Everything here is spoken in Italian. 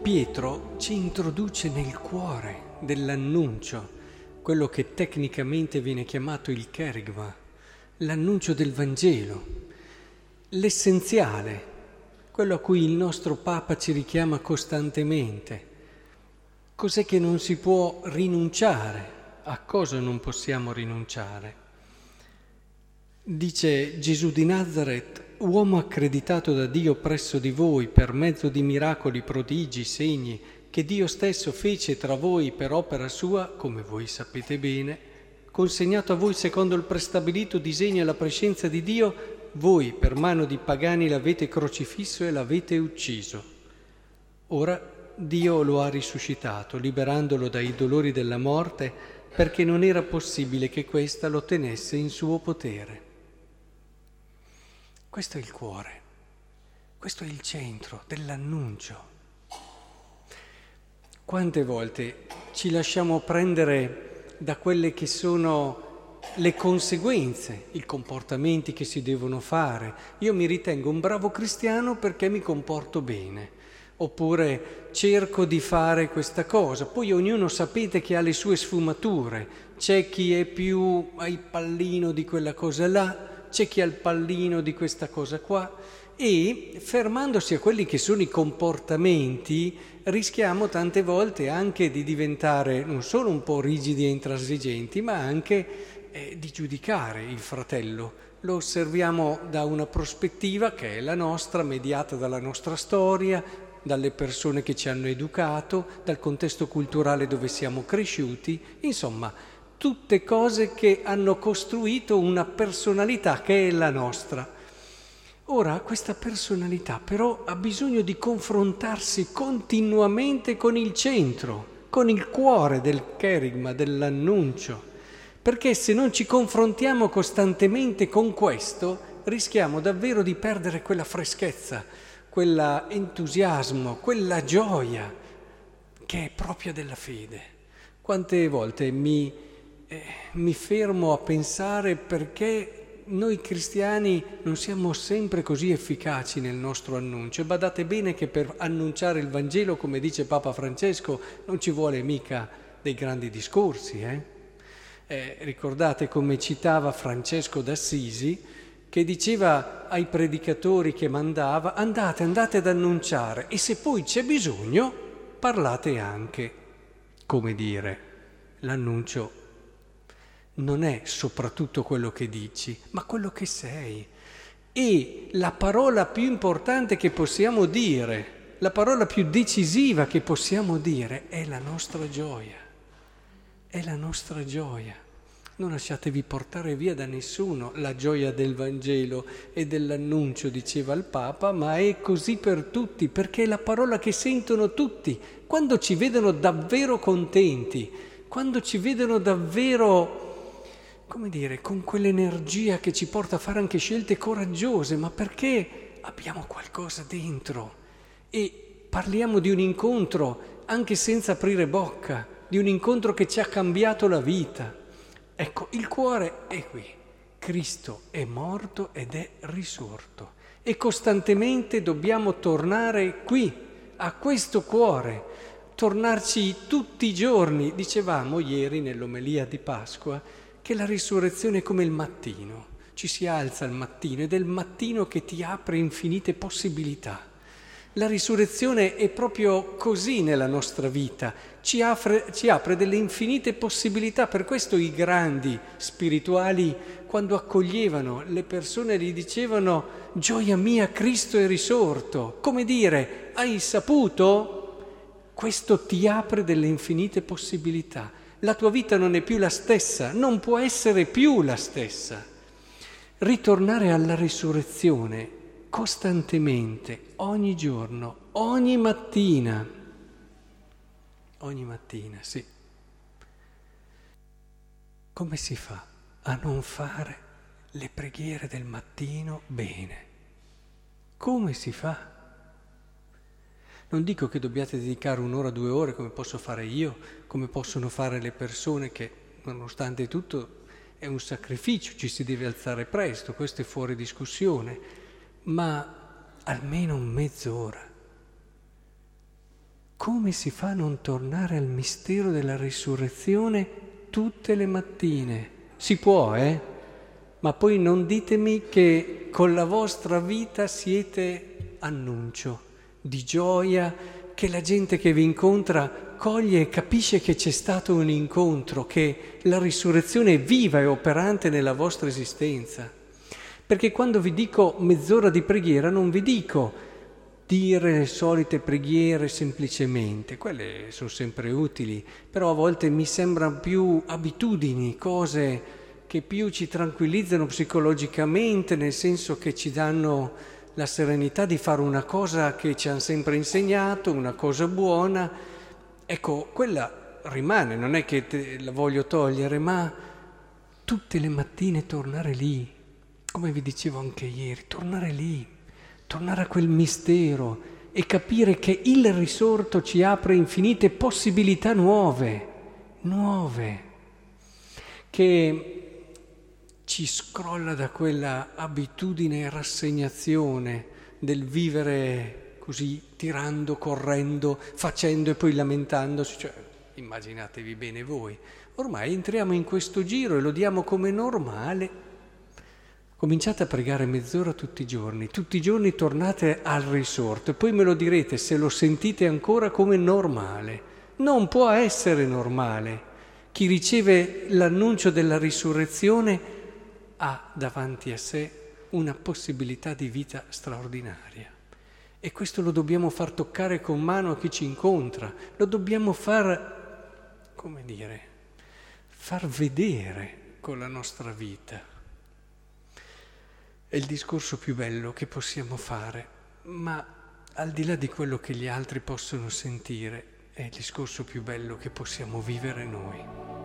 Pietro ci introduce nel cuore dell'annuncio, quello che tecnicamente viene chiamato il cherigma, l'annuncio del Vangelo, l'essenziale, quello a cui il nostro Papa ci richiama costantemente. Cos'è che non si può rinunciare? A cosa non possiamo rinunciare? Dice Gesù di Nazaret, uomo accreditato da Dio presso di voi per mezzo di miracoli, prodigi, segni, che Dio stesso fece tra voi per opera sua, come voi sapete bene, consegnato a voi secondo il prestabilito disegno e la prescienza di Dio, voi per mano di pagani l'avete crocifisso e l'avete ucciso. Ora Dio lo ha risuscitato, liberandolo dai dolori della morte, perché non era possibile che questa lo tenesse in suo potere. Questo è il cuore, questo è il centro dell'annuncio. Quante volte ci lasciamo prendere da quelle che sono le conseguenze, i comportamenti che si devono fare. Io mi ritengo un bravo cristiano perché mi comporto bene, oppure cerco di fare questa cosa. Poi ognuno sapete che ha le sue sfumature, c'è chi è più il pallino di quella cosa là, c'è chi ha il pallino di questa cosa qua, e fermandosi a quelli che sono i comportamenti rischiamo tante volte anche di diventare non solo un po' rigidi e intransigenti, ma anche di giudicare il fratello. Lo osserviamo da una prospettiva che è la nostra, mediata dalla nostra storia, dalle persone che ci hanno educato, dal contesto culturale dove siamo cresciuti, insomma tutte cose che hanno costruito una personalità che è la nostra. Ora, questa personalità però ha bisogno di confrontarsi continuamente con il centro, con il cuore del cherigma, dell'annuncio, perché se non ci confrontiamo costantemente con questo, rischiamo davvero di perdere quella freschezza, quell'entusiasmo, quella gioia che è propria della fede. Quante volte mi fermo a pensare perché noi cristiani non siamo sempre così efficaci nel nostro annuncio. E badate bene che per annunciare il Vangelo, come dice Papa Francesco, non ci vuole mica dei grandi discorsi. Ricordate come citava Francesco d'Assisi, che diceva ai predicatori che mandava: andate ad annunciare, e se poi c'è bisogno parlate anche. Come dire, l'annuncio non è soprattutto quello che dici, ma quello che sei. E la parola più importante che possiamo dire, la parola più decisiva che possiamo dire è la nostra gioia. È la nostra gioia. Non lasciatevi portare via da nessuno la gioia del Vangelo e dell'annuncio, diceva il Papa, ma è così per tutti, perché è la parola che sentono tutti. Quando ci vedono davvero contenti, quando ci vedono davvero, come dire, con quell'energia che ci porta a fare anche scelte coraggiose, ma perché abbiamo qualcosa dentro e parliamo di un incontro anche senza aprire bocca, di un incontro che ci ha cambiato la vita. Ecco, il cuore è qui. Cristo è morto ed è risorto e costantemente dobbiamo tornare qui, a questo cuore, tornarci tutti i giorni. Dicevamo ieri nell'omelia di Pasqua che la risurrezione è come il mattino, ci si alza al mattino ed è il mattino che ti apre infinite possibilità. La risurrezione è proprio così nella nostra vita, ci apre delle infinite possibilità. Per questo i grandi spirituali, quando accoglievano le persone, gli dicevano: gioia mia, Cristo è risorto. Come dire, hai saputo? Questo ti apre delle infinite possibilità. La tua vita non è più la stessa, non può essere più la stessa. Ritornare alla risurrezione costantemente, ogni giorno, ogni mattina, sì. Come si fa a non fare le preghiere del mattino bene? Come si fa? Non dico che dobbiate dedicare 1 ora, 2 ore, come posso fare io, come possono fare le persone che, nonostante tutto, è un sacrificio, ci si deve alzare presto, questo è fuori discussione, ma almeno mezz'ora. Come si fa a non tornare al mistero della risurrezione tutte le mattine? Si può, Ma poi non ditemi che con la vostra vita siete annuncio di gioia, che la gente che vi incontra coglie e capisce che c'è stato un incontro, che la risurrezione è viva e operante nella vostra esistenza. Perché quando vi dico mezz'ora di preghiera non vi dico dire le solite preghiere semplicemente, quelle sono sempre utili, però a volte mi sembrano più abitudini, cose che più ci tranquillizzano psicologicamente, nel senso che ci danno la serenità di fare una cosa che ci hanno sempre insegnato, una cosa buona. Ecco, quella rimane, non è che la voglio togliere, ma tutte le mattine tornare lì, come vi dicevo anche ieri, tornare lì, tornare a quel mistero e capire che il risorto ci apre infinite possibilità nuove, che ci scrolla da quella abitudine e rassegnazione del vivere così, tirando, correndo, facendo e poi lamentandosi, cioè immaginatevi bene voi. Ormai entriamo in questo giro e lo diamo come normale. Cominciate a pregare mezz'ora tutti i giorni tornate al risorto e poi me lo direte se lo sentite ancora come normale. Non può essere normale. Chi riceve l'annuncio della risurrezione ha davanti a sé una possibilità di vita straordinaria. E questo lo dobbiamo far toccare con mano a chi ci incontra, lo dobbiamo far vedere con la nostra vita. È il discorso più bello che possiamo fare, ma al di là di quello che gli altri possono sentire, è il discorso più bello che possiamo vivere noi.